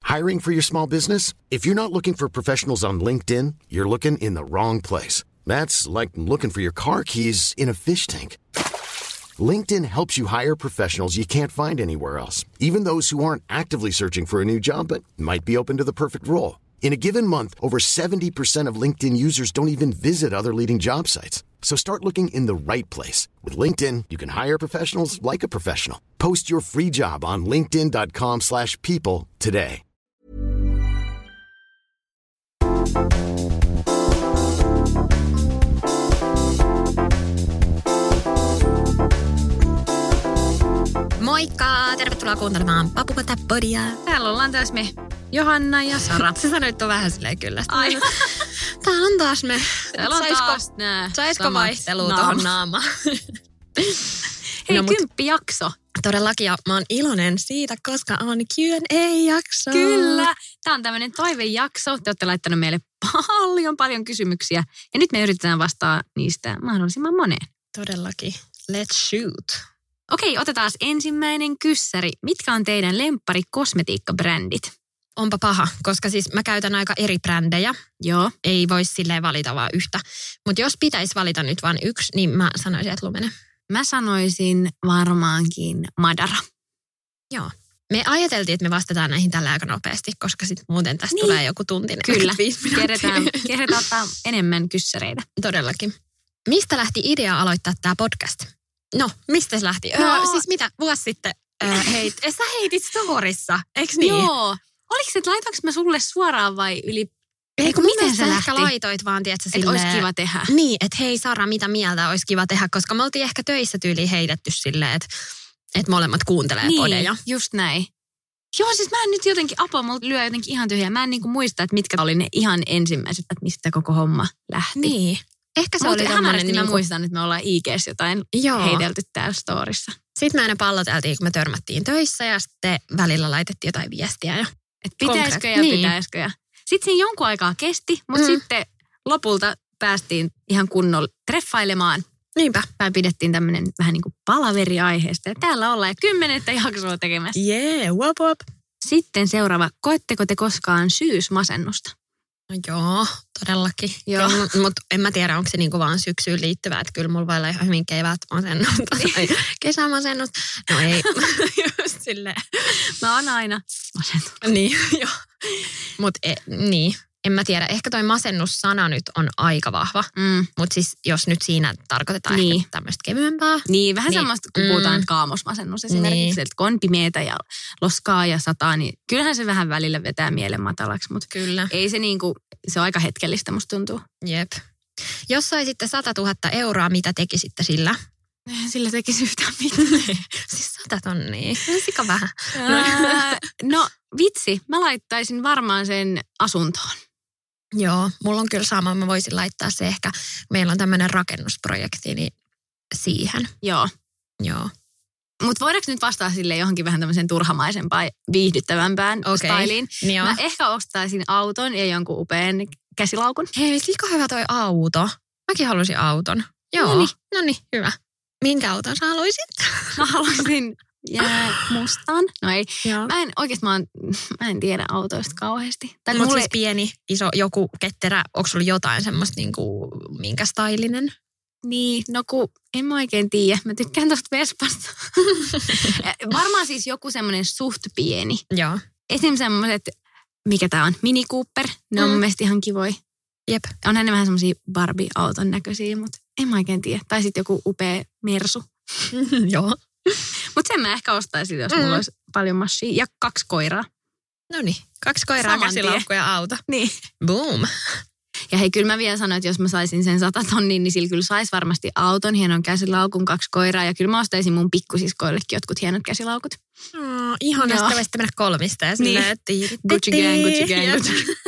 Hiring for your small business? If you're not looking for professionals on LinkedIn, you're looking in the wrong place. That's like looking for your car keys in a fish tank. LinkedIn helps you hire professionals you can't find anywhere else, even those who aren't actively searching for a new job but might be open to the perfect role. In a given month, over 70% of LinkedIn users don't even visit other leading job sites. So start looking in the right place. With LinkedIn, you can hire professionals like a professional. Post your free job on linkedin.com/people today. Moikka! Tervetuloa kuuntelemaan Papupata-podia. Täällä ollaan taas me, Johanna ja Sara. Sä sanoit tuon vähän silleen kyllä. Ai. Täällä on taas me. Täällä on taas nää Saisiko vaihtelua tuohon naamaan? Hei, no, 10 jakso. Todellakin, ja mä oon iloinen siitä, koska on Q&A-jakso. Kyllä. Tää on tämmönen toivejakso. Te olette laittanut meille paljon kysymyksiä. Ja nyt me yritetään vastaa niistä mahdollisimman moneen. Todellakin. Let's shoot. Okei, otetaan ensimmäinen kyssäri. Mitkä on teidän lemppari kosmetiikkabrändit? Onpa paha, koska siis mä käytän aika eri brändejä. Joo. Ei voi silleen valita vaan yhtä. Mutta jos pitäisi valita nyt vain yksi, niin mä sanoisin, että Lumene. Mä sanoisin varmaankin Madara. Joo. Me ajateltiin, että me vastataan näihin tällä aika nopeasti, koska sitten muuten tästä tulee joku tunti. Kyllä, kerätään ottaa enemmän kyssäreitä. Todellakin. Mistä lähti idea aloittaa tämä podcast? No, mistä se lähti? Siis mitä, vuosi sitten sä heitit storissa, eikö niin? Joo. Oliko se, että laitoinko mä sulle suoraan vai yli? Eikö miten sä ehkä laitoit vaan, tiedätkö, silleen. Että olisi kiva tehdä. Niin, että hei Sara, mitä mieltä olisi kiva tehdä, koska me oltiin ehkä töissä tyyliin heitetty silleen, että molemmat kuuntelee podeja. Niin, just näin. Joo, siis mä en nyt jotenkin, mulla lyö jotenkin ihan tyhjää. Mä en niinku muista, että mitkä oli ne ihan ensimmäiset, että mistä koko homma lähti. Niin. Ehkä se oli hämärästi mä muistan, että me ollaan IG:ssä jotain heitelty täällä storissa. Sitten me aina palloteltiin, kun me törmättiin töissä ja sitten välillä laitettiin jotain viestiä. Että pitäisikö ja pitäisikö. Ja. Sitten siinä jonkun aikaa kesti, mutta sitten lopulta päästiin ihan kunnolla treffailemaan. Niinpä. Tai pidettiin tämmöinen vähän niin kuin palaveri aiheesta. Ja täällä ollaan 10 jaksoa tekemässä. Wop. Sitten seuraava. Koetteko te koskaan syysmasennusta? No joo, todellakin. Mutta en mä tiedä, onko se niinku vaan syksyyn liittyvää, että kyllä mulla voi olla ihan hyvin kevätmasennusta tai kesämasennusta. No ei, just silleen. Mä oon aina masennut. Niin, joo. Mutta niin, en mä tiedä. Ehkä toi masennussana nyt on aika vahva. Mutta siis jos nyt siinä tarkoitetaan ehkä tämmöistä kevyempää. Niin, vähän semmoista, kun puhutaan, että kaamosmasennus esimerkiksi, että kun on pimeätä ja loskaa ja sataa, niin kyllähän se vähän välillä vetää mielen matalaksi. Mutta kyllä. Ei se niinku, se on aika hetkellistä musta tuntuu. Jep. Jos saisitte 100 000 euroa, mitä tekisitte sillä? Sillä tekisi yhtään mitään. Siis 100 tonnia. Sika vähän. No vitsi, mä laittaisin varmaan sen asuntoon. Joo, mulla on kyllä sama. Mä voisin laittaa se ehkä, meillä on tämmöinen rakennusprojekti, niin siihen. Joo. Mutta voidaanko nyt vastaa sille johonkin vähän tämmöiseen turhamaisempaan, viihdyttävämpään styliin? Niin mä ehkä ostaisin auton ja jonkun upean käsilaukun. Hei, sika hyvä toi auto. Mäkin halusin auton. Joo, no niin, hyvä. Minkä auton sä haluisit? Mä haluaisin mustan. No ei. Mä en tiedä autoista kauheasti. Mutta siis pieni, iso, joku ketterä. Onko sulla jotain semmoista niinku, minkä stylinen? Niin, no kun en mä oikein tiedä. Mä tykkään tosta Vespasta. Varmaan siis joku semmoinen suht pieni. Joo. Esimerkiksi semmoiset, mikä tää on, Mini Cooper. Ne on mun mielestä ihan kivoi. Jep. Onhan ne vähän semmosia Barbie-auton näköisiä, mutta en mä oikein tiedä. Tai sitten joku upea Mersu. Joo. Mutta sen mä ehkä ostaisin, jos mulla olisi paljon massia. Ja 2 koiraa. Noniin, 2 koiraa, käsilaukku ja auto. Niin. Boom. Ja hei, kyllä mä vielä sanoin, että jos mä saisin sen 100 tonnia, niin sillä kyllä sais varmasti auton, hienon käsilaukun, 2 koiraa. Ja kyllä mä ostaisin mun pikkusiskoillekin jotkut hienot käsilaukut. Ihana, sitten voisitte mennä 3 ja silleen, Gucci gang.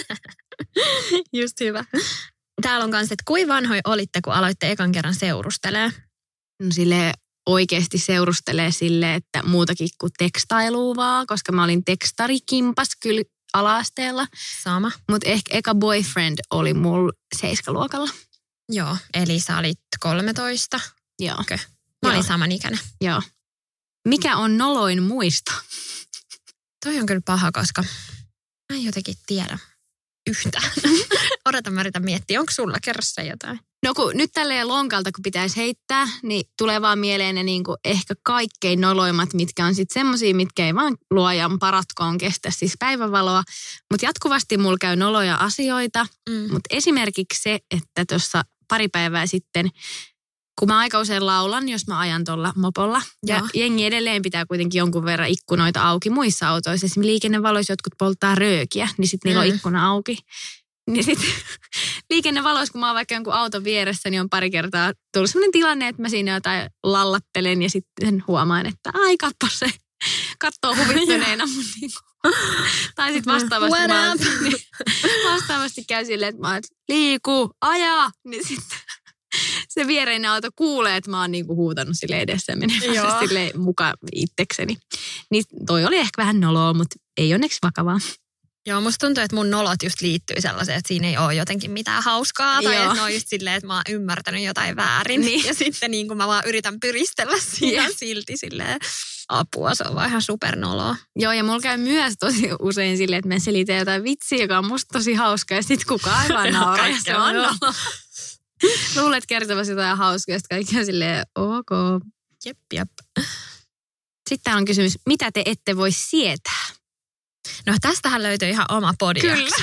Just hyvä. Täällä on kanssa, että kuinka vanhoi olitte, kun aloitte ekan kerran seurustelee? No silleen oikeasti seurustelee silleen, että muutakin kuin tekstailua vaan, koska mä olin tekstarikimpas kyllä ala-asteella. Sama. Mutta ehkä eka boyfriend oli mulla 7-luokalla. Joo, eli sä olit 13. Joo. Okay. Mä olin samanikäinen. Joo. Mikä on noloin muisto? Toi on kyllä paha, koska Mä en jotenkin tiedä yhtään. Mä yritän miettiä, onko sulla kerrossa jotain? No kun nyt tälleen lonkalta, kun pitäisi heittää, niin tulee vaan mieleen ne niinku ehkä kaikkein noloimmat, mitkä on sitten semmosia, mitkä ei vaan luojan paratkoon kestä siis päivänvaloa. Mutta jatkuvasti mulla käy noloja asioita. Mutta esimerkiksi se, että tuossa pari päivää sitten, kun mä aika usein laulan, jos mä ajan tuolla mopolla. Ja jengi edelleen pitää kuitenkin jonkun verran ikkunoita auki muissa autoissa. Esimerkiksi liikennevaloissa jotkut polttaa röökiä, niin sitten niillä on ikkuna auki. Niin sitten liikennevaloissa, kun mä oon vaikka jonkun auton vieressä, niin on pari kertaa tullut sellainen tilanne, että mä siinä jotain lallattelen ja sitten huomaan, että ai katso se, kattoo huvittuneena. Tai sitten vastaavasti käy silleen, että mä oon, liiku, aja, niin sitten se viereinen auto kuulee, että mä oon niinku huutanut sille edessä menemässä silleen mukaan itsekseni. Niin toi oli ehkä vähän noloa, mutta ei onneksi vakavaa. Joo, musta tuntuu, että mun nolot just liittyy sellaiseen, että siinä ei ole jotenkin mitään hauskaa. Tai että ne on just silleen, että mä oon ymmärtänyt jotain väärin. Niin. Ja sitten niin kuin mä vaan yritän pyristellä siinä silti silleen apua. Se on vaan ihan supernoloa. Joo, ja mulla käy myös tosi usein silleen, että mä selitän jotain vitsiä, joka on musta tosi hauska. Ja sit kukaan aivan nauraa. Ja se on noloa. Luulet kertovasi jotain hauskaa, ja kaikki on silleen ok. Jep. Sitten täällä on kysymys, mitä te ette voi sietää? No tästähän löytyy ihan oma podijakso.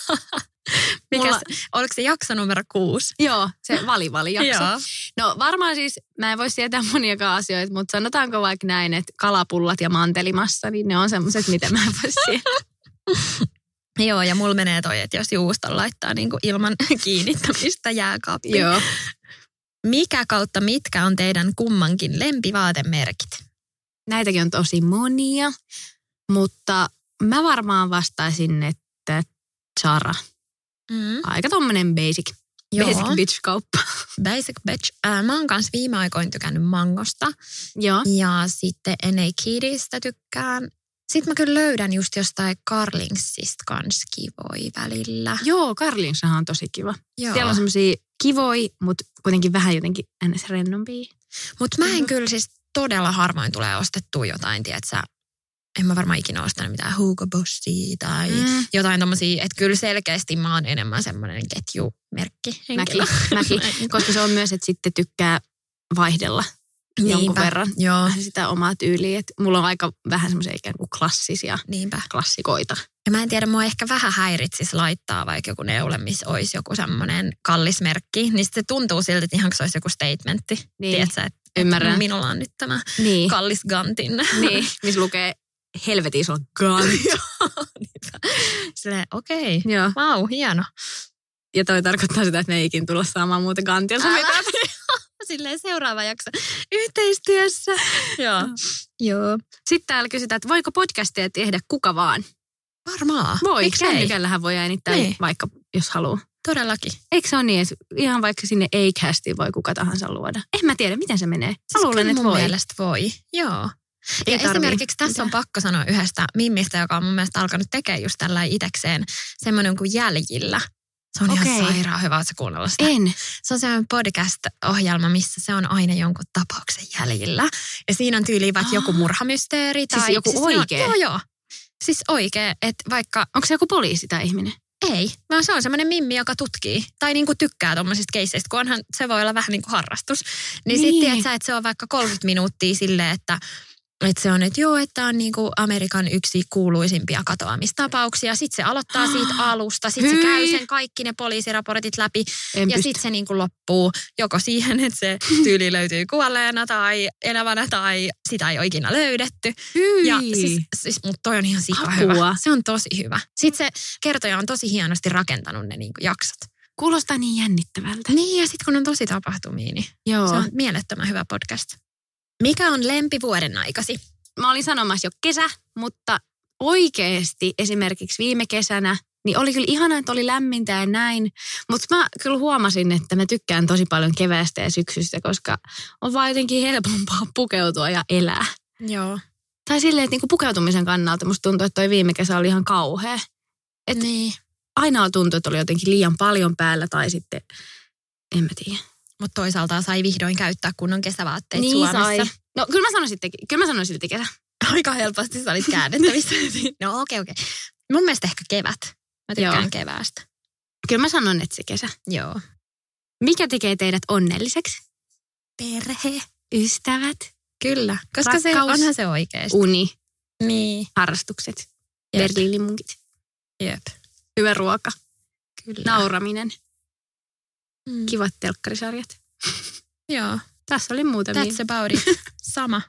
Oliko se jakso numero 6? Joo, se vali-jakso. No varmaan siis, mä en voi sietää moniakaan asioita, mutta sanotaanko vaikka näin, että kalapullat ja mantelimassa, niin ne on semmoiset, mitä mä en voi sietää. Joo, ja mulla menee toi, että jos juuston laittaa niinku ilman kiinnittämistä jääkaappiin. Joo. Mikä kautta mitkä on teidän kummankin lempivaatemerkit? Näitäkin on tosi monia, mutta mä varmaan vastaisin, että Zara. Aika tommonen basic bitch-kauppa. Basic bitch. Mä oon kans viime aikoina tykännyt Mangosta. Joo. Ja sitten N.A. Kidistä tykkään. Sitten mä kyllä löydän just jostain Carlingsista kans kivoi välillä. Joo, Carlingssahan on tosi kiva. Joo. Siellä on semmosia kivoi, mutta kuitenkin vähän jotenkin ns. Rennompia. Mutta mä en kyllä siis todella harvoin tulee ostettua jotain, tietsä. En mä varmaan ikinä ostanut mitään Hugo Bossia tai jotain tommosia. Että kyllä selkeästi mä oon enemmän semmoinen ketjumerkki henkilö. Mäkin. Koska se on myös, että sitten tykkää vaihdella jonkun verran sitä omaa tyyliä. Että mulla on aika vähän semmoisia ikään kuin klassisia klassikoita. Ja mä en tiedä, mua ehkä vähän häiritsisi laittaa vaikka joku neule, missä olisi joku semmoinen kallis merkki. Niin se tuntuu siltä, että ihan se olisi joku statementti. Niin. Tiedätkö, että ymmärrän. Minulla on nyt tämä kallis Gantin. Niin, missä lukee helvetin iso Gant. Silleen, okei. Vau, hieno. Ja toi tarkoittaa sitä, että ne ei ikin tulla saamaan muuta Gantilta. Silleen seuraava jakso yhteistyössä. Joo. Sitten täällä kysytään, että voiko podcastia tehdä kuka vaan? Varmaan. Voi. Kännykällähän voi äänittää vaikka, jos haluaa. Todellakin. Eikö se ole niin, että ihan vaikka sinne Acastiin voi kuka tahansa luoda? En mä tiedä, miten se menee. Siis luulen, että mun mielestä voi. Joo. Ja esimerkiksi tässä on pakko sanoa yhdestä mimmistä, joka on mun mielestä alkanut tekemään just tällä itekseen semmoinen kuin Jäljillä. Se on ihan sairaan hyvä, että sä kuunnella sitä. En. Se on semmoinen podcast-ohjelma, missä se on aina jonkun tapauksen jäljillä. Ja siinä on tyyliin vaikka joku murhamysteeri. Tai siis joku oikea? Joo. Siis oikea, että vaikka... Onko se joku poliisi tai ihminen? Ei, vaan se on semmoinen mimmi, joka tutkii. Tai niinku tykkää tommosista keisseistä, kun onhan se voi olla vähän niinku harrastus. Niin sitten tiedät sä, että se on vaikka 30 minuuttia silleen, että se on, että joo, että on niinku Amerikan yksi kuuluisimpia katoamistapauksia. Sitten se aloittaa siitä alusta. Sitten se käy sen kaikki ne poliisiraportit läpi. Ja sitten se niinku loppuu joko siihen, että se tyyli löytyy kuolleena tai elävänä tai sitä ei ole ikinä löydetty. Ja mutta toi on ihan sika hyvä. Se on tosi hyvä. Sitten se kertoja on tosi hienosti rakentanut ne niinku jaksot. Kuulostaa niin jännittävältä. Niin ja sitten kun on tosi tapahtumia, niin se on mielettömän hyvä podcast. Mikä on lempivuoden aikasi? Mä olin sanomassa jo kesä, mutta oikeasti esimerkiksi viime kesänä, niin oli kyllä ihanaa, että oli lämmintä ja näin. Mutta mä kyllä huomasin, että mä tykkään tosi paljon keväästä ja syksystä, koska on vaan jotenkin helpompaa pukeutua ja elää. Joo. Tai silleen, että niinku pukeutumisen kannalta musta tuntuu, että toi viime kesä oli ihan kauhea. Niin. Aina tuntui, että oli jotenkin liian paljon päällä tai sitten, en mä tiedä. Mutta toisaalta sai vihdoin käyttää kunnon kesävaatteet niin Suomessa. Sai. No kyllä mä sanoin silti kesä. Aika helposti sä olit käännettävissä. No okei. Mun mielestä ehkä kevät. Mä tykkään keväästä. Kyllä mä sanon, että se kesä. Joo. Mikä tekee teidät onnelliseksi? Perhe. Ystävät. Kyllä, koska onhan se oikeasti. Uni. Niin. Harrastukset. Berliinimunkit. Jep. Hyvä ruoka. Kyllä. Nauraminen. Kivat telkkarisarjat. Joo. Tässä oli muutamia. That's about it. Sama.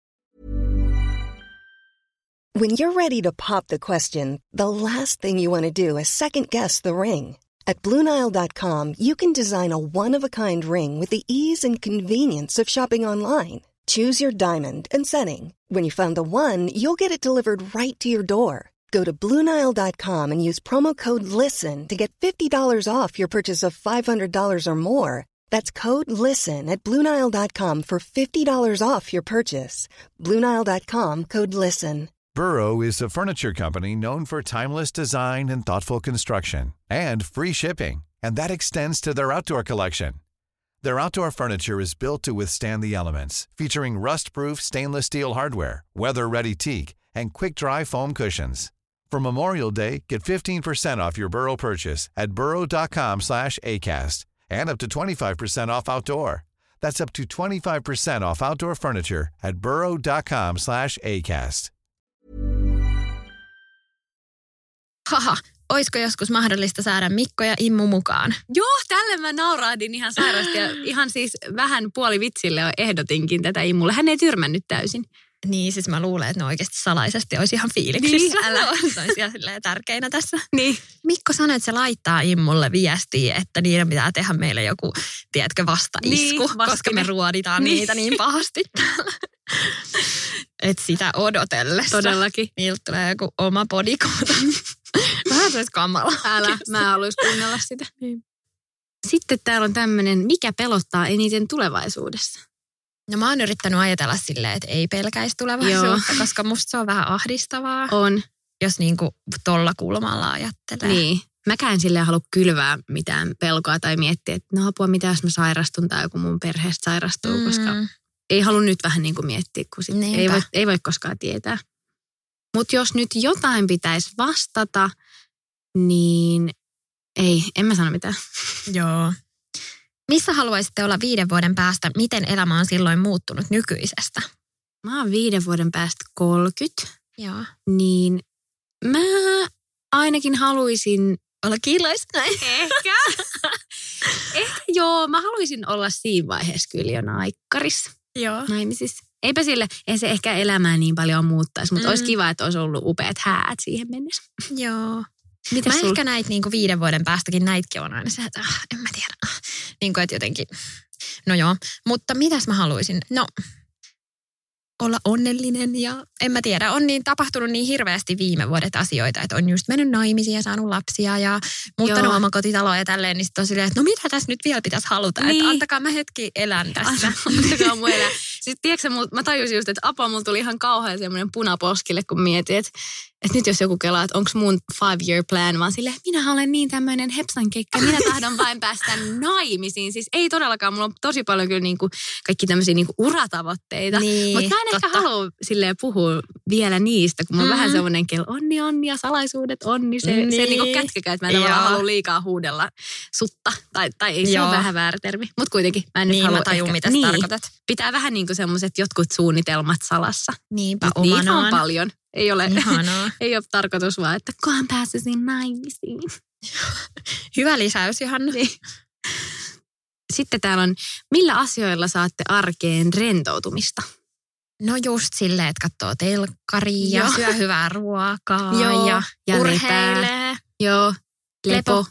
When you're ready to pop the question, the last thing you want to do is second-guess the ring. At BlueNile.com, you can design a one-of-a-kind ring with the ease and convenience of shopping online. Choose your diamond and setting. When you find the one, you'll get it delivered right to your door. Go to BlueNile.com and use promo code LISTEN to get $50 off your purchase of $500 or more. That's code LISTEN at BlueNile.com for $50 off your purchase. BlueNile.com, code LISTEN. Burrow is a furniture company known for timeless design and thoughtful construction, and free shipping, and that extends to their outdoor collection. Their outdoor furniture is built to withstand the elements, featuring rust-proof stainless steel hardware, weather-ready teak, and quick-dry foam cushions. For Memorial Day, get 15% off your Burrow purchase at burrow.com/ACAST, and up to 25% off outdoor. That's up to 25% off outdoor furniture at burrow.com/ACAST. Haha, oisko joskus mahdollista saada Mikko ja Immu mukaan? Joo, tälle mä naurahdin ihan sairaasti ja ihan siis vähän puolivitsille ehdotinkin tätä Immulle. Hän ei tyrmännyt täysin. Niin, siis mä luulen, että ne oikeasti salaisesti olisi ihan fiiliksissä. Niin, älä. Se olisi ihan tärkeinä tässä. Niin. Mikko sanoi, että se laittaa Immulle viestiä, että niiden pitää tehdä meille joku, tiedätkö, vastaisku, koska me ruoditaan niitä niin pahasti täällä. Että sitä odotellessa. Todellakin. Niiltä tulee joku oma podikuuta. Vähän se olisi kamalaa. Älä, mä haluaisin kuunnella sitä. Niin. Sitten täällä on tämmöinen, mikä pelottaa eniten tulevaisuudessa? No mä oon yrittänyt ajatella silleen, että ei pelkäisi tulevaisuutta, koska musta se on vähän ahdistavaa. On. Jos niinku tolla kulmalla ajattelee. Niin. Mäkään silleen halua kylvää mitään pelkoa tai miettiä, että no apua, mitä jos mä sairastun tai joku mun perheestä sairastuu, koska ei halua nyt vähän niin kuin miettiä, kun sit ei voi koskaan tietää. Mutta jos nyt jotain pitäisi vastata, niin en mä sano mitään. Joo. Missä haluaisitte olla 5 vuoden päästä? Miten elämä on silloin muuttunut nykyisestä? Mä oon 5 vuoden päästä 30. Joo. Niin mä ainakin haluaisin olla kiilaista näin. Ehkä joo, mä haluaisin olla siinä vaiheessa kyllä jo naikkarissa. Joo. Naimisissa. Eipä sille, ei se ehkä elämää niin paljon muuttaisi, mutta olisi kiva, että olisi ollut upeat häät siihen mennessä. Joo. Mä ehkä näitä niinku 5 vuoden päästäkin näitäkin on aina se, että en mä tiedä. Niinku, että jotenkin, no joo. Mutta mitäs mä haluaisin? No, olla onnellinen ja en mä tiedä. On niin tapahtunut niin hirveästi viime vuodet asioita, että on just mennyt naimisiin ja saanut lapsia ja muuttanut omakotitaloa ja tälleen. Niin sitten on silleen, että no mitä tässä nyt vielä pitäisi haluta? Niin. Että antakaa mä hetki elän tässä. Antakaa mun elää. Sitten tiedätkö mä tajusin just, että apua, mulla tuli ihan kauhean semmoinen punaposkille, kun mietin, että nyt jos joku kelaa, että onko mun 5-year plan, vaan silleen, minä olen niin tämmöinen hepsankeikka, minä tahdon vain päästä naimisiin. Siis ei todellakaan, mulla on tosi paljon kyllä niinku kaikki tämmöisiä niinku uratavoitteita. Niin, mutta mä en ehkä halua silleen puhua vielä niistä, kun mulla on vähän semmoinen kello onni ja salaisuudet onni. Se niinku kätkäkään, että mä en tavallaan halua liikaa huudella sutta. Tai ei se ole vähän väärä termi. Mutta kuitenkin mä en nyt halua mä tajun, mitä sä tarkoitat. Pitää vähän niinku semmoiset jotkut suunnitelmat salassa. Niinpä niitä on paljon. Ei ole tarkoitus vaan, että kohan pääsisin naimisiin. Hyvä lisäys, Johanna. Niin. Sitten täällä on, millä asioilla saatte arkeen rentoutumista? No just silleen, että katsoo telkkaria ja syö hyvää ruokaa ja urheilee. Joo, lepo.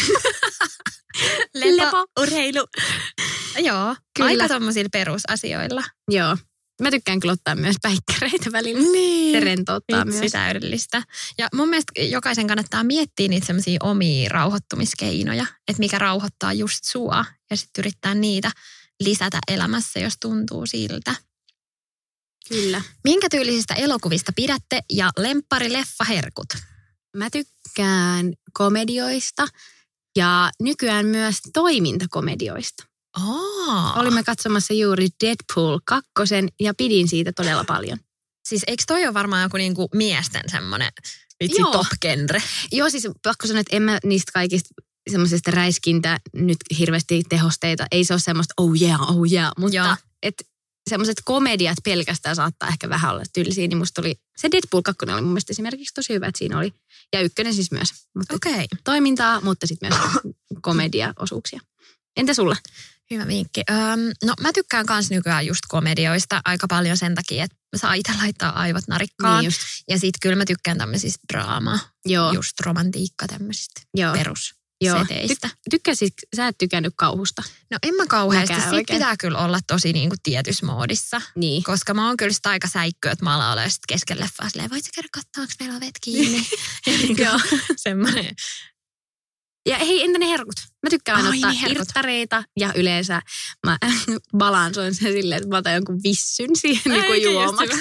Lepo, urheilu. Joo, kyllä. Aika tommosilla perusasioilla. Joo. Mä tykkään kyllä ottaa myös päikkäreitä välillä. Niin. Se rentouttaa myös. Täydellistä. Ja mun mielestä jokaisen kannattaa miettiä niitä semmoisia omia rauhoittumiskeinoja, että mikä rauhoittaa just sua. Ja sitten yrittää niitä lisätä elämässä, jos tuntuu siltä. Kyllä. Minkä tyylisistä elokuvista pidätte ja lempparileffaherkut? Mä tykkään komedioista ja nykyään myös toimintakomedioista. Olimme katsomassa juuri Deadpool 2 ja pidin siitä todella paljon. Siis eikö toi ole varmaan joku niinku miesten semmoinen Vitsi, top-genre. Joo, siis pakko sanoa, että en mä niistä kaikista semmoisesta räiskintä nyt hirveästi tehosteita. Ei se ole semmoista oh yeah, mutta että semmoiset komediat pelkästään saattaa ehkä vähän olla tylsiä. Niin musta oli, se Deadpool 2 oli mun mielestä esimerkiksi tosi hyvä, että siinä oli. Ja 1 siis myös. Okei. Toimintaa, mutta sitten myös komediaosuuksia. Entä sulla? Hyvä vinkki. No mä tykkään kans nykyään just komedioista aika paljon sen takia, että saa itse laittaa aivot narikkaan. Niin ja sit kyllä mä tykkään tämmöisistä draamaa. Joo. Just romantiikka tämmöisistä perus. Seteistä. Sä et tykännyt kauhusta? No en mä kauheasti. Sit pitää kyllä olla tosi niinku tietyssä moodissa. Niin. Koska mä oon kyllä sitä aika säikkyä, että mä alan olla sit kesken leffaa silleen, voit sä käydä katsoa, onko meillä ovet kiinni? Joo. Semmoinen. Ja hei, entä ne herkut? Mä tykkään ottaa irttareita ja yleensä mä balansoin sen silleen, että mä otan jonkun vissyn siihen niinku juomaksi.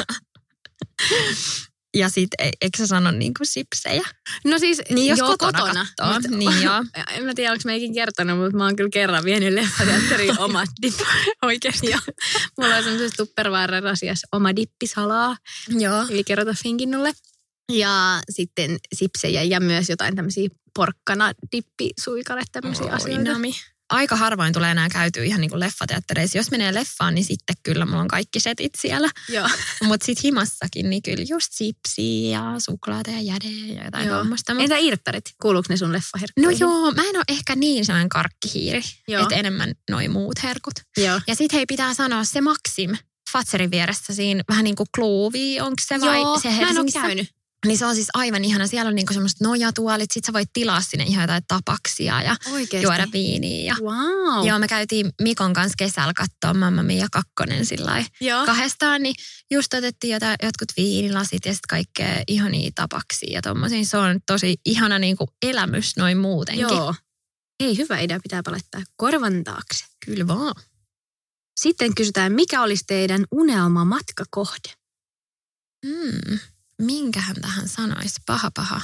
Ja sit, eikö sä sano niinku sipsejä? No siis, niin jos joo, kotona. Niin joo. En mä tiedä, onko mä ikin kertonut, mutta mä oon kyllä kerran vienyt leffateatteriin omat dip. Oikeesti. Mulla on semmoisessa tupperware-rasiassa oma dippisalaa. Joo. Eli kerrota finkinnulle. Ja sitten sipsejä ja myös jotain tämmöisiä porkkana dippisuikale tämmöisiä asioita. Nami. Aika harvoin tulee enää käytyä ihan niin kuin leffateattereissa. Jos menee leffaan, niin sitten kyllä mulla on kaikki setit siellä. Mutta sitten himassakin, niin kyllä just sipsiä ja suklaata ja jädeä ja jotain tuommoista. Entä irttarit? Kuuluuko ne sun leffaherkkuihin? No joo, mä en ole ehkä niin sellainen karkkihiiri, että enemmän noi muut herkut. Joo. Ja sitten hei, pitää sanoa se Maxim Fatserin vieressä siinä vähän niin kuin Kluuvi, onko se vai se Helsingissä? Mä en ole käynyt. Niin se on siis aivan ihana. Siellä on niinku semmoiset nojatuolit. Sit sä voit tilaa sinne ihan jotain tapaksia ja juoda viiniä. Ja wow. Joo, me käytiin Mikon kanssa kesällä katsoa Mamma Mia 2 sillai kahdestaan. Niin just otettiin jotkut viinilasit ja sitten kaikkea ihania tapaksia ja tommosia. Se on tosi ihana niinku elämys noin muutenkin. Joo. Ei, hyvä idea, pitää laittaa korvan taakse. Kyllä vaan. Sitten kysytään, mikä olisi teidän unelmamatkakohde? Minkähän tähän sanoisi? Paha.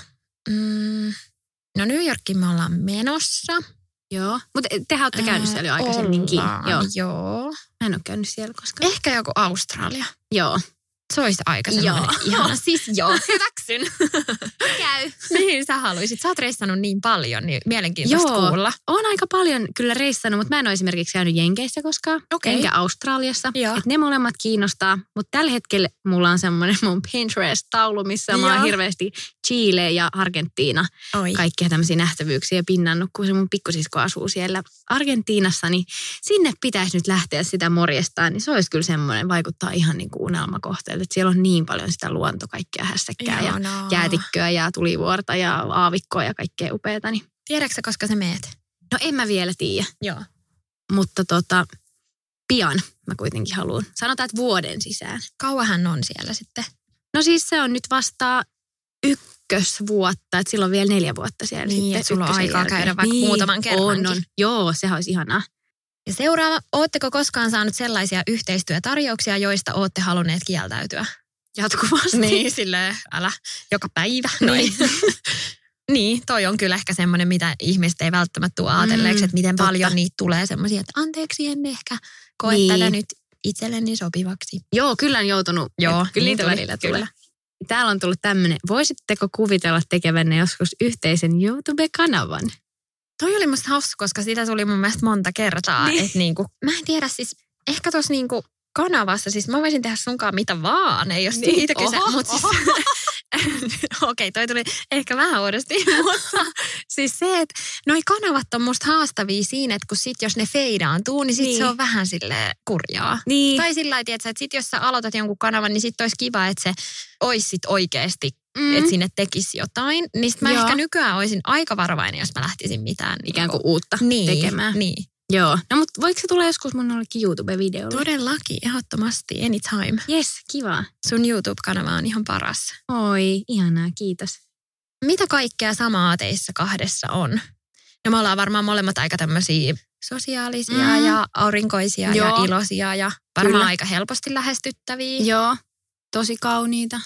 No New Yorkiin me ollaan menossa. Joo, mutta tehän olette käynyt siellä jo aikaisemminkin. Joo. Mä en ole käynyt siellä koskaan. Ehkä joku Australia. Joo. Se olisi aika semmoinen ihana. Siis hyväksyn. Käy. Mihin sä haluaisit? Sä oot reissannut niin paljon, niin mielenkiintoista kuulla. Oon aika paljon kyllä reissannut, mutta mä en ole esimerkiksi käynyt Jenkeissä koskaan. Enkä Australiassa. Että ne molemmat kiinnostaa. Mutta tällä hetkellä mulla on semmoinen mun Pinterest-taulu, missä mä oon hirveästi Chile ja Argentiina. Kaikkia tämmöisiä nähtävyyksiä pinnannut, kun se mun pikkusisko asuu siellä Argentiinassa. Niin sinne pitäisi nyt lähteä sitä morjestaan. Niin se olisi kyllä semmoinen, vaikuttaa ihan niin kuin unelmakohteelta. Että siellä on niin paljon sitä kaikkea hässäkkää ja jäätikköä ja tulivuorta ja aavikkoa ja kaikkea upeata. Niin. Tiedätkö koska sä meet? No en mä vielä tiedä. Joo. Mutta pian mä kuitenkin haluan. Sanotaan, että vuoden sisään. Kauahan on siellä sitten? No siis se on nyt vasta ykkösvuotta, että silloin vielä 4 vuotta siellä. Niin, sitten että sulla on aikaa käydä vaikka muutaman kerrankin. On. Joo, sehän olisi ihanaa. Ja seuraava, ootteko koskaan saanut sellaisia yhteistyötarjouksia, joista ootte halunneet kieltäytyä? Jatkuvasti. Niin, silleen, älä, joka päivä. Niin. Niin, toi on kyllä ehkä semmoinen, mitä ihmiset ei välttämättä tule ajatelleeksi, että miten paljon niitä tulee semmoisia, että anteeksi, en ehkä koe tätä nyt itselleni sopivaksi. Joo, kyllä on joutunut. Joo, kyllä niitä välillä tulee. Täällä on tullut tämmöinen, voisitteko kuvitella tekevänne joskus yhteisen YouTube-kanavan? Toi oli musta hauska, koska sitä tuli mun mielestä monta kertaa. Niin. Että niinku, mä en tiedä siis, ehkä tossa niinku kanavassa, siis mä voisin tehdä sunkaan mitä vaan, ei jos siitä kyse. Mutta siis, okei, toi tuli ehkä vähän uudesti, mutta siis se, että noi kanavat on musta haastavia siinä, että kun sit jos ne feidaantuu, niin sit se on vähän silleen kurjaa. Niin. Tai sillä lailla, että sit jos sä aloitat jonkun kanavan, niin sit olisi kiva, että se olisi sit oikeesti, että sinne tekisi jotain. Niin sit mä ehkä nykyään olisin aika varovainen, jos mä lähtisin mitään. Ikään kuin uutta tekemään. Niin. Joo. No mutta voiko se tulla joskus mun jollekin YouTube-videolle? Todellakin, ehdottomasti, anytime. Yes, kiva. Sun YouTube-kanava on ihan paras. Oi, ihanaa, kiitos. Mitä kaikkea samaa teissä kahdessa on? No me ollaan varmaan molemmat aika tämmöisiä sosiaalisia ja aurinkoisia ja iloisia ja varmaan aika helposti lähestyttäviä. Joo, tosi kauniita.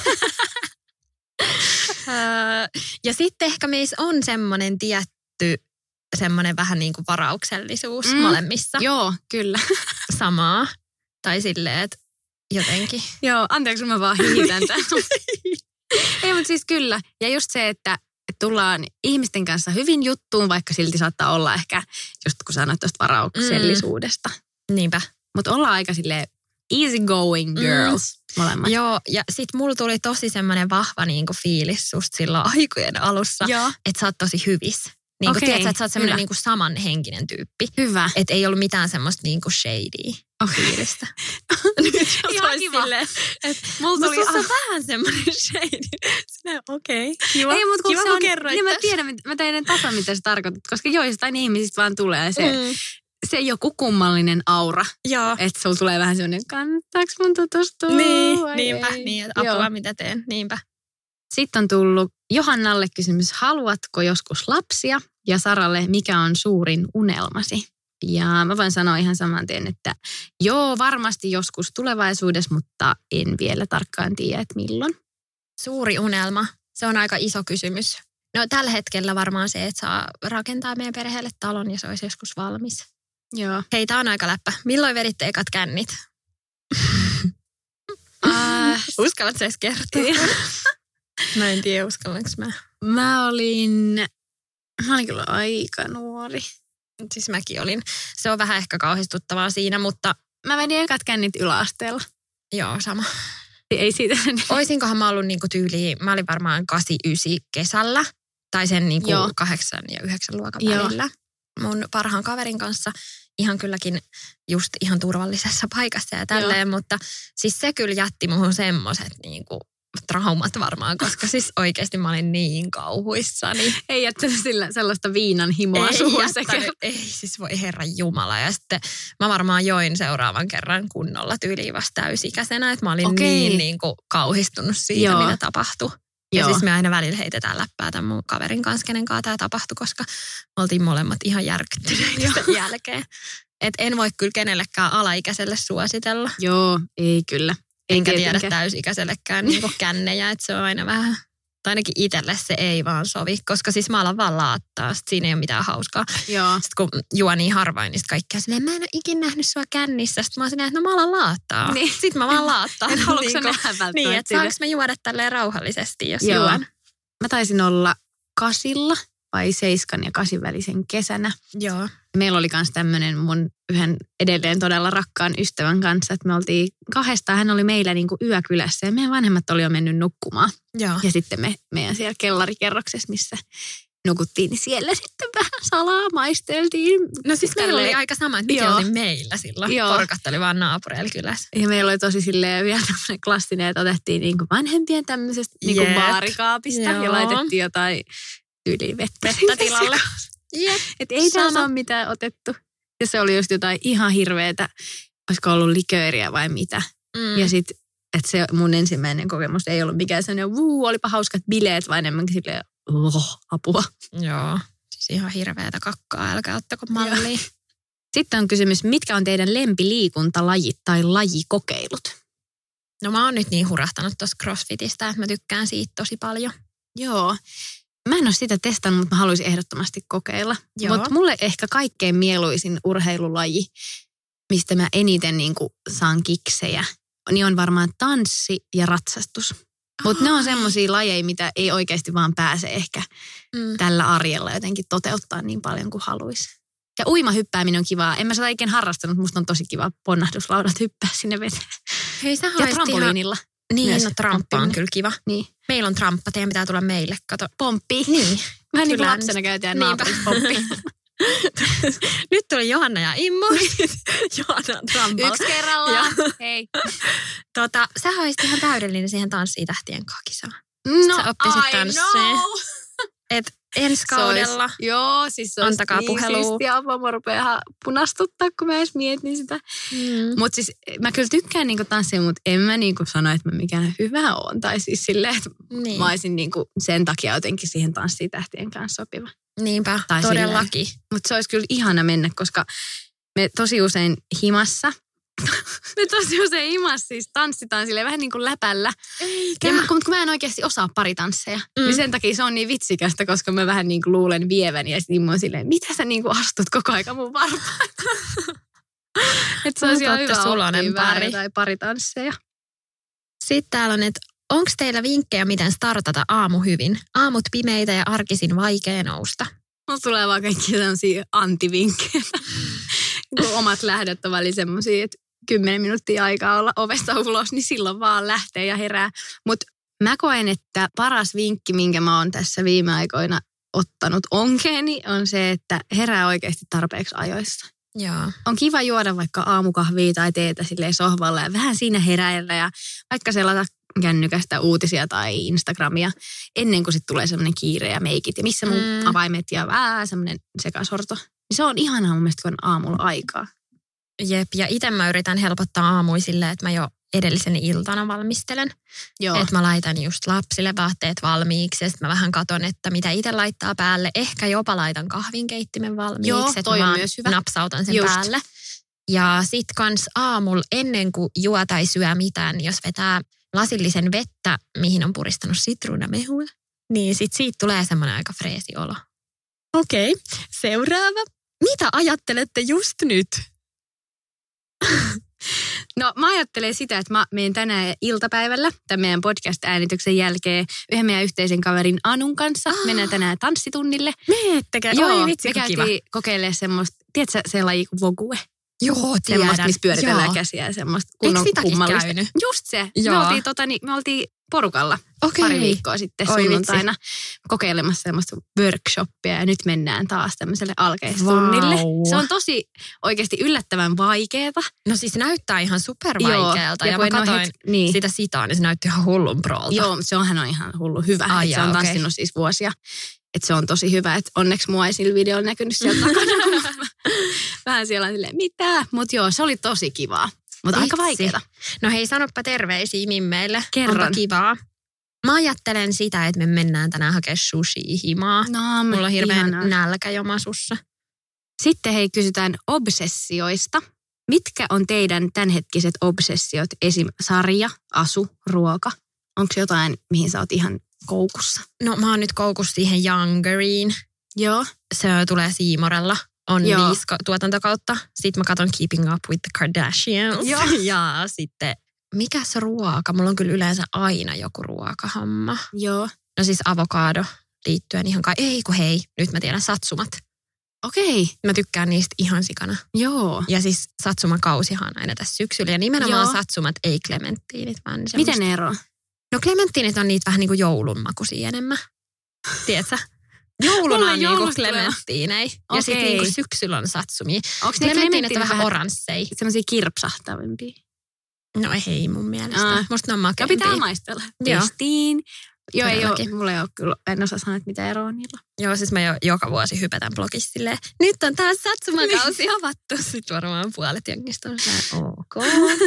Ja sitten ehkä meissä on semmoinen tietty, semmoinen vähän niin kuin varauksellisuus molemmissa. Joo, kyllä. Samaa. Tai silleen, että jotenkin. Joo, anteeksi, mä vaan hiitän tämän. Ei, mutta siis kyllä. Ja just se, että tullaan ihmisten kanssa hyvin juttuun, vaikka silti saattaa olla ehkä, just kun sanoit tuosta varauksellisuudesta. Niinpä. Mutta ollaan aika silleen easy going girls molemmat. Joo, ja sit mulla tuli tosi semmoinen vahva niinku fiilis susta silloin aikojen alussa, että sä oot tosi hyvissä. Niinku, tiedätkö, että sä oot semmoinen niinku samanhenkinen tyyppi. Hyvä. Että ei ollut mitään semmoista niinku shadyä fiilistä. Nyt jos ihan kiva. Silleen, että mulla tuli sussa vähän semmoinen shady. Sinä okei. Kiva. Ei, mutta kiva, se on, kerroit niin mä tästä. tiedän, mä tein tasan, mitä sä tarkoitat, koska joistain ihmisistä vaan tulee se joku kummallinen aura. Joo. Että sulla tulee vähän semmoinen, kannattaako mun tutustua? Niinpä. Niin, että apua mitä teen. Niinpä. Sitten on tullut Johannalle kysymys, haluatko joskus lapsia? Ja Saralle, mikä on suurin unelmasi? Ja mä voin sanoa ihan saman tien, että joo, varmasti joskus tulevaisuudessa, mutta en vielä tarkkaan tiedä, että milloin. Suuri unelma. Se on aika iso kysymys. No tällä hetkellä varmaan se, että saa rakentaa meidän perheelle talon ja se olisi joskus valmis. Joo. Hei, tää on aika läppä. Milloin veditte ekat kännit? Uskallatko edes kertoa? Mä en tiedä, uskallanko mä. Mä olin kyllä aika nuori. Siis mäkin olin. Se on vähän ehkä kauhistuttavaa siinä, mutta... Mä vedin ekat kännit yläasteella. Joo, sama. Ei siitä. Oisinkohan mä ollut niinku tyyliin, mä olin varmaan 8-9 kesällä. Tai sen niinku 8 ja 9 luokan välillä. Mun parhaan kaverin kanssa ihan kylläkin just ihan turvallisessa paikassa ja tälleen. Mutta siis se kyllä jätti muhun semmoset niinku traumat varmaan, koska siis oikeasti mä olin niin kauhuissani. Ei jättänyt sillä sellaista viinan himoa suhun sekä. Ei siis voi herran jumala. Ja sitten mä varmaan join seuraavan kerran kunnolla tyyliin vasta täysikäisenä, että mä olin niin kuin kauhistunut siitä, mitä tapahtui. Ja siis me aina välillä heitetään läppää tämän mun kaverin kanssa, kenen kanssa tämä tapahtui, koska me oltiin molemmat ihan järkyttyneitä sen jälkeen. Että en voi kyllä kenellekään alaikäiselle suositella. Joo, ei kyllä. Enkä tiedä täysikäisellekään niin kännejä, että se on aina vähän, tai ainakin itselle se ei vaan sovi, koska siis mä alan vaan laattaa, sit siinä ei ole mitään hauskaa. Joo. Sitten kun juo niin harvain, niin sitten kaikki on silleen, mä en ole ikinä nähnyt sua kännissä. Sitten mä oon silleen, että no mä alan laattaa. Niin. Sitten mä vaan laattaan. En haluatko sä nähdä välttämättä. Niin, että saanko mä juoda tälleen rauhallisesti, jos juon. Mä taisin olla 8 vai 7 ja 8 välisen kesänä. Joo. Meillä oli myös tämmöinen mun yhden edelleen todella rakkaan ystävän kanssa, että me oltiin 2, hän oli meillä niinku yökylässä ja meidän vanhemmat oli jo mennyt nukkumaan. Joo. Ja sitten meidän siellä kellarikerroksessa, missä nukuttiin, niin siellä sitten vähän salaa maisteltiin. No siis meillä oli aika sama, että mikä oli meillä silloin. Porukat oli vaan naapureilla kylässä. Ja meillä oli tosi silleen vielä tämmöinen klassinen, että otettiin niinku vanhempien tämmöisestä niinku baarikaapista ja laitettiin jotain vettä tilalle. Että ei tässä ole mitään otettu. Ja se oli just jotain ihan hirveetä, olisiko ollut likööriä vai mitä. Ja sitten, että se mun ensimmäinen kokemus ei ollut mikään sellainen, olipa hauskat bileet, vaan enemmänkin silleen, apua. Joo, siis ihan hirveätä kakkaa, älkää ottako mallia. Sitten on kysymys, mitkä on teidän lempiliikuntalajit tai lajikokeilut? No mä oon nyt niin hurahtanut tuossa CrossFitistä, että mä tykkään siitä tosi paljon. Joo. Mä en ole sitä testannut, mutta mä haluaisin ehdottomasti kokeilla. Mutta mulle ehkä kaikkein mieluisin urheilulaji, mistä mä eniten niin kuin saan kiksejä, niin on varmaan tanssi ja ratsastus. Mutta ne on semmosia lajeja, mitä ei oikeasti vaan pääse ehkä tällä arjella jotenkin toteuttaa niin paljon kuin haluaisi. Ja uimahyppääminen on kivaa. En mä sitä ikinä harrastanut, musta on tosi kiva ponnahduslaudat hyppää sinne veteen. Hei, sä ja trampoliinilla. Niin, no tramppa on kyllä kiva. Niin. Meillä on tramppa, teidän pitää tulla meille, kato. Pomppi. Niin. Vähän niin kuin lapsena käytiin naapurissa pomppi. Nyt tuli Johanna ja Immo. Johanna on trampalla. 1 kerrallaan. Hei. Sä olisit ihan täydellinen siihen Tanssii tähtien kakisaan. No, sä oppisit tansseen. Et ensi kaudella. Siis se olisi niin siistiä. Mä rupean punastuttaa, kun mä edes mietin sitä. Mutta siis mä kyllä tykkään niinku tanssia, mutta en mä niinku sano, että mä mikään hyvä oon. Tai siis silleen, että mä olisin niinku sen takia jotenkin siihen Tanssii tähtien kanssa sopiva. Niinpä, tai todellakin. Mutta se olisi kyllä ihana mennä, koska me tosi usein himassa siis tanssitaan silleen vähän niin kuin läpällä. Eikä. Ja kun mä en oikeasti osaa paritansseja, niin sen takia se on niin vitsikästä, koska mä vähän niin kuin luulen vieväni ja sitten mä oon silleen, mitä sä niin kuin astut koko aika mun varpaita? Että se olisi ihan hyvä oppia vähän jotain paritansseja. Sitten täällä on, että Onko teillä vinkkejä, miten startata aamu hyvin? Aamut pimeitä ja arkisin vaikea nousta. Mulla tulee vaan kaikki sellaisia antivinkkejä. Kun omat lähdöt on väliin semmoisia, että 10 minuuttia aikaa olla ovesta ulos, niin silloin vaan lähtee ja herää. Mutta mä koen, että paras vinkki, minkä mä oon tässä viime aikoina ottanut onkeeni, on se, että herää oikeasti tarpeeksi ajoissa. Joo. On kiva juoda vaikka aamukahvia tai teetä silleen sohvalla ja vähän siinä heräillä ja vaikka selata kännykästä uutisia tai Instagramia ennen kuin sitten tulee semmoinen kiire ja meikit ja missä mun avaimet ja vähän semmoinen sekasorto. Se on ihanaa mun mielestä, kun on aamulla aikaa. Jep, ja itse mä yritän helpottaa aamuja silleen, että mä jo edellisen iltana valmistelen. Joo. Että mä laitan just lapsille vaatteet valmiiksi ja sitten mä vähän katon, että mitä itse laittaa päälle. Ehkä jopa laitan kahvinkeittimen valmiiksi. Joo, että toi mä on vaan myös hyvä. napsautan sen Just. päälle. Ja sit kans aamulla ennen kuin juo tai syö mitään, niin jos vetää lasillisen vettä, mihin on puristanut sitruunamehua, niin sit siitä tulee semmoinen aika freesi olo. Okei, seuraava. Mitä ajattelette just nyt? No mä ajattelen sitä, että mä menen tänään iltapäivällä tämän meidän podcast-äänityksen jälkeen yhden meidän yhteisen kaverin Anun kanssa. Mennään tänään tanssitunnille. Meettekö? Joo, Oi vitsi, me kun kiva. käytiin kokeilemaan semmoista, tiedätkö se laji kuin vogue? Joo, Semmoista, tiedän. missä pyöritellään Joo. käsiä ja semmoista Eikö kunnon sitäkin kummallista. käynyt? Just se. Joo. Me oltiin porukalla Okei. pari viikkoa sitten Oi sunnuntaina kokeilemassa semmoista workshoppia ja nyt mennään taas tämmöiselle alkeistunnille. Vau. Se on tosi oikeasti yllättävän vaikeeta. No siis näyttää ihan supervaikealta. Joo, Ja kun mä en oo katsoin niin. sitä sitaa, niin se näytti ihan hullun proolta. Joo, sehän on ihan hullu hyvä. Ai Se on okei. tanssinut siis vuosia. Että se on tosi hyvä, että onneksi mua ei sillä videolla näkynyt sieltä takana, kun mä vähän siellä on silleen, mitä? Mutta joo, se oli tosi kivaa. Mutta aika Vitsi. vaikeeta. No hei, sanoppa terveisiä mimmeille. Kerran. Onpa kivaa. Mä ajattelen sitä, että me mennään tänään hakemaan sushi-himaa. No, Mulla on hirveän ihanaa. nälkä jo masussa. Sitten hei, kysytään obsessioista. Mitkä on teidän tämänhetkiset obsessiot? Esim. Sarja, asu, ruoka. Onko jotain, mihin sä oot ihan koukussa? No mä oon nyt koukussa siihen Youngeriin. Joo. Se tulee Siimorella. On Joo. 5 tuotantokautta. Sitten mä katson Keeping Up with the Kardashians. Joo. Ja sitten, mikäs ruoka? Mulla on kyllä yleensä aina joku ruokahomma. Joo. No siis avokado liittyen ihan ei kun hei, nyt mä tiedän satsumat. Okei. Mä tykkään niistä ihan sikana. Joo. Ja siis satsumakausihan on aina tässä syksyllä. Ja nimenomaan Joo. satsumat, ei klementtiinit, vaan semmoista. Miten ne eroaa? No klementtiinit on niitä vähän niin kuin joulunmakuisia enemmän. Tiedätkö? Jouluna Mulla on niin kuin joulusta klementtiinei. Ja sitten Okei. niin kuin syksyllä on satsumia. Onko ne Klementtiinit on vähän oransseja. semmoisia kirpsahtavimpia? No ei mun mielestä. Musta ne on Ja makeampia. pitää maistella. Joo. Testiin. Joo, ei Todellakin. ole, mulla ei ole kyllä, en osaa sanoa, että mitä eroa on niillä. Joo, siis mä joka vuosi hypätän blogissa silleen, nyt on taas satsumakausi avattu. Sitten varmaan puolet jengistä on silleen, ok.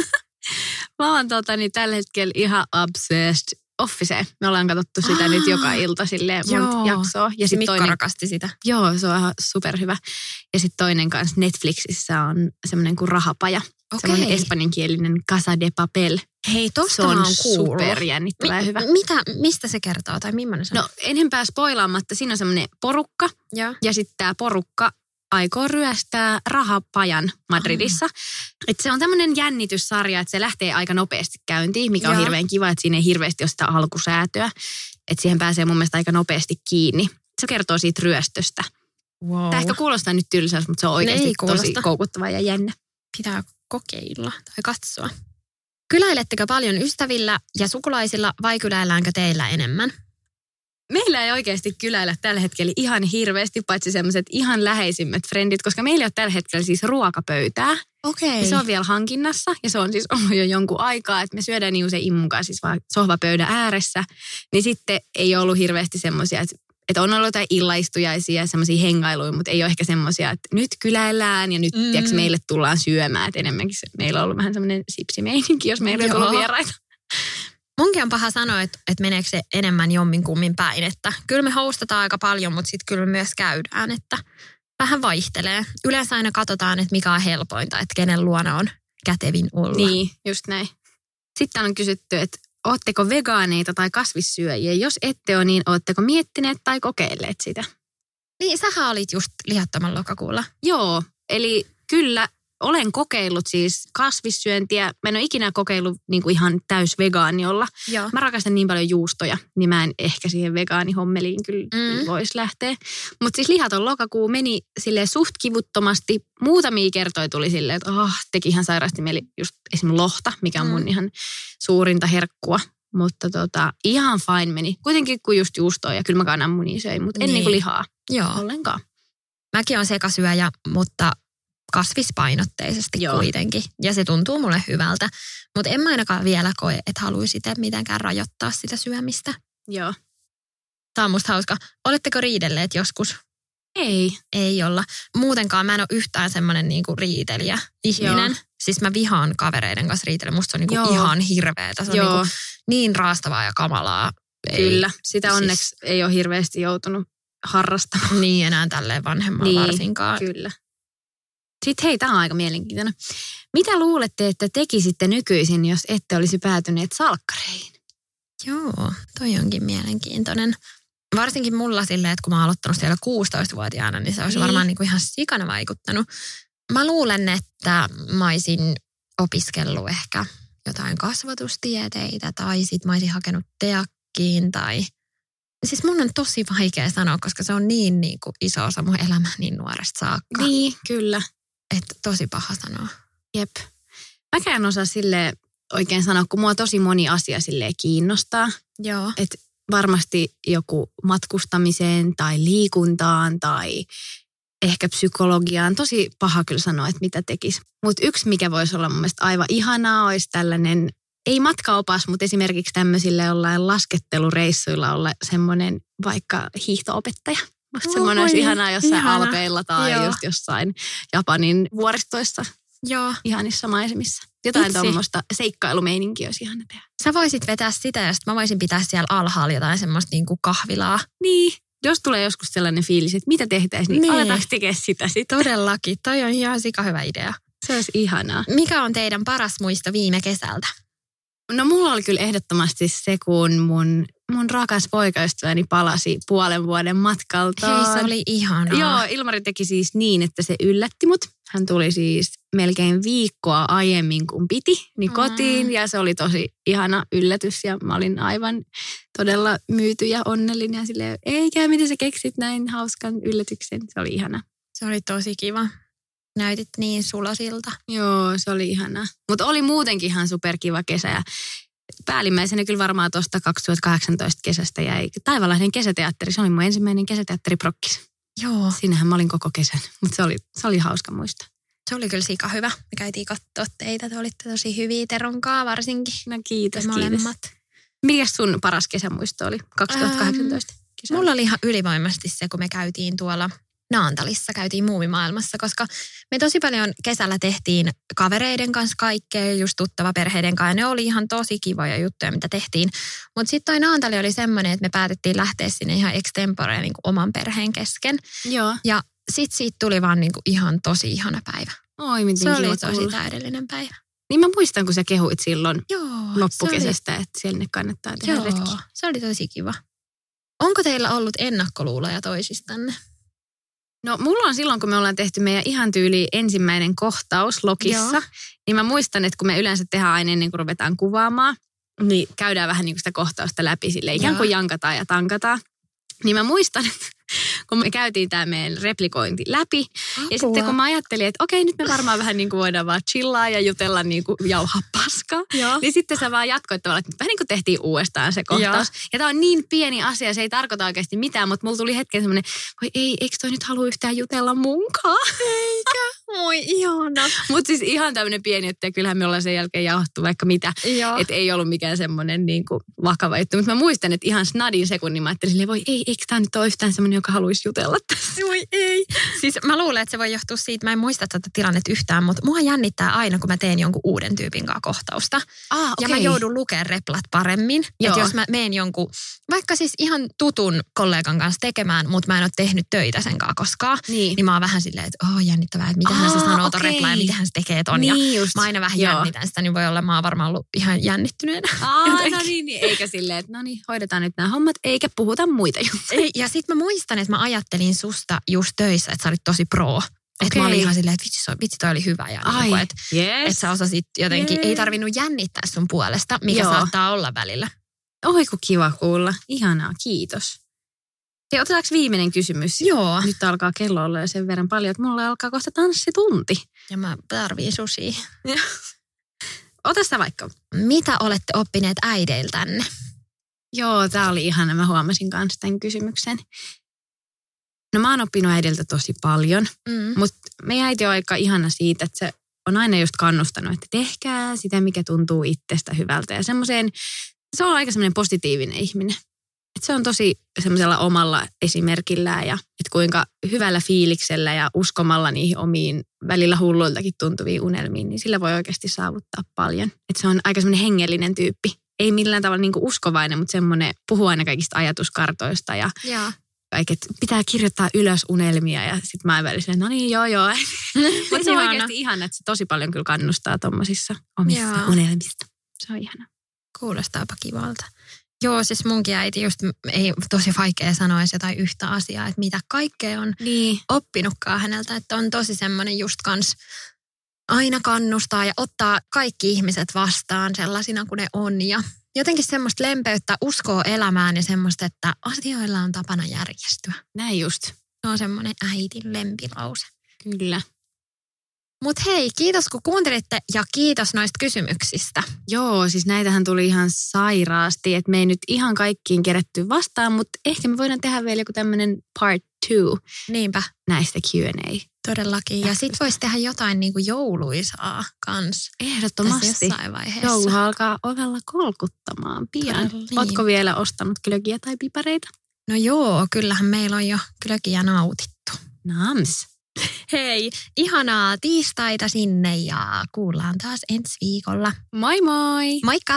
Mä oon tällä hetkellä ihan obsessed Officeen. Me ollaan katsottu sitä nyt joka ilta silleen monta Joo. jaksoa. Ja sit Mikko toinen, rakasti sitä. joo, se on ihan superhyvä. Ja sitten toinen kanssa Netflixissä on semmoinen kuin Rahapaja. Semmoinen espanjankielinen Casa de Papel. Hei, tosta Se on mä oon kuullut. superjännittävä ja hyvä. Mistä se kertoo tai millainen se on? No enempää spoilaamatta, siinä on semmoinen porukka. Joo. Ja sitten tämä porukka aikoo ryöstää Rahapajan Madridissa. Että se on tämmöinen jännityssarja, että se lähtee aika nopeasti käyntiin, mikä on Joo. hirveän kiva, että siinä ei hirveästi ole sitä alkusäätöä. Että siihen pääsee mun mielestä aika nopeasti kiinni. Se kertoo siitä ryöstöstä. Wow. Tämä ehkä kuulostaa nyt tylsältä, mutta se on oikeasti Ei tosi kuulosta. koukuttava ja jännä. Pitää kokeilla tai katsoa. Kyläilettekö paljon ystävillä ja sukulaisilla vai kyläilläänkö teillä enemmän? Meillä ei oikeasti kyläillä tällä hetkellä ihan hirveästi, paitsi semmoiset ihan läheisimmät frendit, koska meillä ei ole tällä hetkellä siis ruokapöytää. Okei. Ja se on vielä hankinnassa ja se on siis ollut jo jonkun aikaa, että me syödään niin usein immun kanssa siis vaan sohvapöydän ääressä. Niin sitten ei ollut hirveästi semmoisia, että on ollut jotain illaistujaisia ja semmoisia hengailuja, mutta ei ole ehkä semmoisia, että nyt kyläillään ja nyt tiiäks, meille tullaan syömään. Että enemmänkin meillä on ollut vähän semmoinen sipsimeininki, jos meillä ei ollut vieraita. Munkin on paha sanoa, että meneekö se enemmän jommin kummin päin. Että kyllä me hostataan aika paljon, mutta sitten kyllä me myös käydään, että vähän vaihtelee. Yleensä aina katsotaan, että mikä on helpointa, että kenen luona on kätevin olla. Niin, just näin. Sitten on kysytty, että ootteko vegaaneita tai kasvissyöjiä? Jos ette ole, niin ootteko miettineet tai kokeilleet sitä? Niin, sähän olit just lihattoman lokakuulla. Joo, eli kyllä olen kokeillut siis kasvissyöntiä. Mä en ole ikinä kokeillut niin kuin ihan täys vegaaniolla. Joo. Mä rakastan niin paljon juustoja, niin mä en ehkä siihen vegaanihommeliin kyllä voisi lähteä. Mutta siis lihaton lokakuu meni silleen suht kivuttomasti. Muutamia kertoja tuli silleen, että teki ihan sairaasti mieli just esimerkiksi lohta, mikä on mun ihan suurinta herkkua. Mutta ihan fine meni. Kuitenkin kuin just juustoa ja kyllä mä kannan munia söin, mutta en niinku lihaa ollenkaan. Mäkin olen sekasyöjä, mutta kasvispainotteisesti kuitenkin. Ja se tuntuu mulle hyvältä. Mutta en mä ainakaan vielä koe, että haluaisi mitenkään rajoittaa sitä syömistä. Joo. Tämä on musta hauska. Oletteko riidelleet joskus? Ei. Ei olla. Muutenkaan mä en ole yhtään semmoinen niinku riitelijä ihminen. Joo. Siis mä vihaan kavereiden kanssa riitellä. Musta se on niinku ihan hirveetä. Se on niinku niin raastavaa ja kamalaa. Kyllä. Sitä onneksi ei ole hirveästi joutunut harrastamaan. Niin enää tälleen vanhemmalla varsinkaan. Kyllä. Sitten hei, tämä on aika mielenkiintoinen. Mitä luulette, että tekisitte nykyisin, jos ette olisi päätyneet salkkareihin? Joo, toi onkin mielenkiintoinen. Varsinkin mulla silleen, että kun mä oon aloittanut siellä 16-vuotiaana, niin se olisi varmaan niin kuin ihan sikana vaikuttanut. Mä luulen, että mä olisin opiskellut ehkä jotain kasvatustieteitä tai sit mä olisin hakenut teakkiin tai... Siis mun on tosi vaikea sanoa, koska se on niin kuin iso osa mun elämää niin nuoresta saakka. Niin, kyllä. Että tosi paha sanoa. Jep. Mäkään osaa silleen oikein sanoa, kun mua tosi moni asia silleen kiinnostaa. Joo. Että varmasti joku matkustamiseen tai liikuntaan tai ehkä psykologiaan. Tosi paha kyllä sanoa, että mitä tekisi. Mutta yksi, mikä voisi olla mun mielestä aivan ihanaa, olisi tällainen, ei matkaopas, mutta esimerkiksi tämmöisillä jollain laskettelureissuilla olla semmoinen vaikka hiihtoopettaja. Musta semmoinen olisi ihanaa jossain alpeilla tai just jossain Japanin vuoristoissa. Joo. Ihanissa maisemissa. Jotain tuommoista seikkailumeininkiä olisi ihana tehdä. Sä voisit vetää sitä ja sitten mä voisin pitää siellä alhaalla jotain semmoista niinku kahvilaa. Niin. Jos tulee joskus sellainen fiilis, että mitä tehtäisiin, niin aletaanko tekemään sitä sitten? Todellakin. Toi on ihan sika hyvä idea. Se olisi ihanaa. Mikä on teidän paras muisto viime kesältä? No mulla oli kyllä ehdottomasti se, kun mun rakas poikaystäväni palasi puolen vuoden matkaltaan. Hei, se oli ihanaa. Joo, Ilmari teki siis niin, että se yllätti mut. Hän tuli siis melkein viikkoa aiemmin kuin piti kotiin ja se oli tosi ihana yllätys ja mä olin aivan todella myyty ja onnellinen ja silleen, eikä miten sä keksit näin hauskan yllätyksen. Se oli ihana. Se oli tosi kiva. Näytit niin sulosilta. Joo, se oli ihanaa. Mutta oli muutenkin ihan superkiva kesä ja päällimmäisenä kyllä varmaan tuosta 2018 kesästä jäi Taivalahden kesäteatteri. Se oli mun ensimmäinen kesäteatteriprokkis. Joo. Siinähän mä olin koko kesän, mutta se oli hauska muista. Se oli kyllä sika hyvä. Me käytiin katsoa teitä. Te olitte tosi hyviä Teronkaa varsinkin. No kiitos, molemmat. Mikäs sun paras kesämuisto oli 2018 kesällä? Mulla oli ihan ylivoimaisesti se, kun me käytiin tuolla Naantalissa, käytiin muumimaailmassa, koska me tosi paljon kesällä tehtiin kavereiden kanssa kaikkea, just tuttava perheiden kanssa. Ja ne oli ihan tosi kivoja juttuja, mitä tehtiin. Mutta sitten toi Naantali oli semmoinen, että me päätettiin lähteä sinne ihan extemporeen niin kuin oman perheen kesken. Joo. Ja sitten siitä tuli vaan niin kuin ihan tosi ihana päivä. Oi, miten se oli tosi täydellinen päivä. Niin mä muistan, kun sä kehuit silloin loppukesästä, että siellä kannattaa tehdä retki. Se oli tosi kiva. Onko teillä ollut ennakkoluuloja toisistanne? No mulla on silloin, kun me ollaan tehty meidän ihan tyyli ensimmäinen kohtaus Lokissa, niin mä muistan, että kun me yleensä tehdään aina ennen kuin ruvetaan kuvaamaan, niin käydään vähän niin kuin sitä kohtausta läpi sille ikään kuin jankataan ja tankataan. Niin mä muistan, että kun me käytiin tämä meidän replikointi läpi. Ja sitten kun mä ajattelin, että okei, nyt me varmaan vähän niin kuin voidaan vaan chillaa ja jutella niin kuin jauhaa paskaa. Niin sitten sä vaan jatkoit tavallaan, että vähän niin kuin tehtiin uudestaan se kohtaus. Ja tää on niin pieni asia, se ei tarkoita oikeasti mitään, mutta mulla tuli hetken semmoinen, eikö toi nyt halua yhtään jutella munkaan? Eikä. Moi, ihana. Mutta siis ihan tämmöinen pieni, että kyllähän me ollaan sen jälkeen jauhattu vaikka mitä. Että ei ollut mikään semmoinen niin kuin vakava juttu. Mutta mä muistan, että ihan snadin sekunnin mä ajattelin silleen, eikö tää nyt ole yhtään semmoinen, joka haluaisi jutella tässä? Voi ei. Siis mä luulen, että se voi johtua siitä, mä en muista tätä tilannetta yhtään, mutta mua jännittää aina, kun mä teen jonkun uuden tyypin kanssa kohtausta. Ja mä joudun lukemaan replat paremmin. Että jos mä meen jonkun, vaikka siis ihan tutun kollegan kanssa tekemään, mutta mä en ole tehnyt töitä sen kanssa koskaan, niin mä oon vähän silleen, että jännittävää, että mitä hän se sanoo ton replaan ja mitä hän se tekee ton. Niin ja mä aina vähän jännitän sitä, niin voi olla, mä oon varmaan ollut ihan jännittyneenä. No niin, eikä silleen, että no niin, hoidetaan nyt nämä hommat, eikä puhuta muita juttuja. Ja sit mä muistan, että mä ajattelin susta just töissä, että sä olit tosi pro. Että mä olin ihan silleen, että vitsi toi oli hyvä. Ja niin että et sä osasit jotenkin, ei tarvinnut jännittää sun puolesta, mikä saattaa olla välillä. Oi kun kiva kuulla. Ihanaa, kiitos. Ja otetaanko viimeinen kysymys? Joo. Nyt alkaa kello olla jo sen verran paljon, että mulla alkaa kohta tanssitunti. Ja mä tarviin susia. Ota sitä vaikka. Mitä olette oppineet äideiltänne? Joo, tää oli ihana. Mä huomasin kanssa tämän kysymyksen. No mä oon oppinut äidiltä tosi paljon, mutta meidän äiti on aika ihana siitä, että se on aina just kannustanut, että tehkää sitä, mikä tuntuu itsestä hyvältä. Ja se on aika semmoinen positiivinen ihminen. Että se on tosi semmoisella omalla esimerkillään ja että kuinka hyvällä fiiliksellä ja uskomalla niihin omiin välillä hulluiltakin tuntuviin unelmiin, niin sillä voi oikeasti saavuttaa paljon. Että se on aika semmoinen hengellinen tyyppi. Ei millään tavalla niinku uskovainen, mutta semmoinen puhuu aina kaikista ajatuskartoista ja kaiket pitää kirjoittaa ylös unelmia ja sitten mä välisin, no niin, joo. Mutta se on oikeasti ihana, että se tosi paljon kyllä kannustaa tommosissa omissa unelmista. Se on ihana. Kuulostaapa kivalta. Joo, siis munkin äiti just ei tosi vaikea sanoa jotain yhtä asiaa, että mitä kaikkea on oppinutkaan häneltä, että on tosi semmoinen just kans aina kannustaa ja ottaa kaikki ihmiset vastaan sellaisina kuin ne on ja jotenkin semmoista lempeyttä, uskoo elämään ja semmoista, että asioilla on tapana järjestyä. Näin just. Se on semmoinen äitin lempilause. Kyllä. Mutta hei, kiitos kun kuuntelitte ja kiitos noista kysymyksistä. Joo, siis näitähän tuli ihan sairaasti, että me ei nyt ihan kaikkiin kerätty vastaan, mutta ehkä me voidaan tehdä vielä joku tämmöinen part 2. Niinpä. Näistä Q&A. Todellakin. Ja sit voisi tehdä jotain niinku jouluisaa kans. Ehdottomasti. Jossain vaiheessa. Jouluhan alkaa ovella kolkuttamaan pian. Ootko vielä ostanut glögiä tai pipareita? No joo, kyllähän meillä on jo glögiä nautittu. Nams. Hei, ihanaa tiistaita sinne ja kuullaan taas ensi viikolla. Moi moi! Moikka!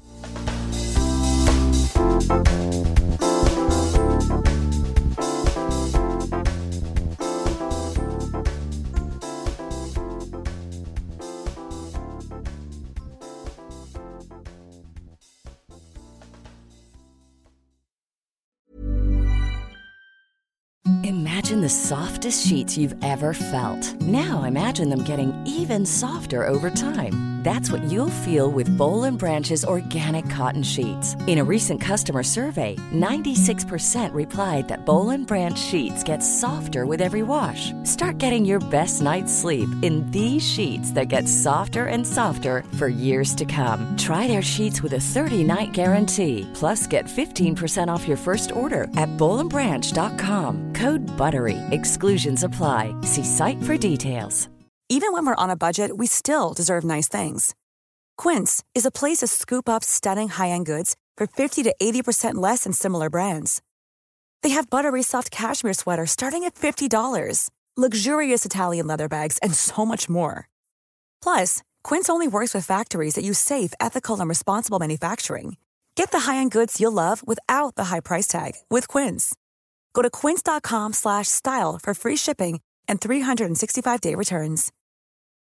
Imagine the softest sheets you've ever felt. Now imagine them getting even softer over time. That's what you'll feel with Boll & Branch's organic cotton sheets. In a recent customer survey, 96% replied that Boll & Branch sheets get softer with every wash. Start getting your best night's sleep in these sheets that get softer and softer for years to come. Try their sheets with a 30-night guarantee. Plus, get 15% off your first order at bollandbranch.com. Code BUTTERY. Exclusions apply. See site for details. Even when we're on a budget, we still deserve nice things. Quince is a place to scoop up stunning high-end goods for 50 to 80% less than similar brands. They have buttery soft cashmere sweaters starting at $50, luxurious Italian leather bags, and so much more. Plus, Quince only works with factories that use safe, ethical, and responsible manufacturing. Get the high-end goods you'll love without the high price tag with Quince. Go to quince.com/style for free shipping and 365-day returns.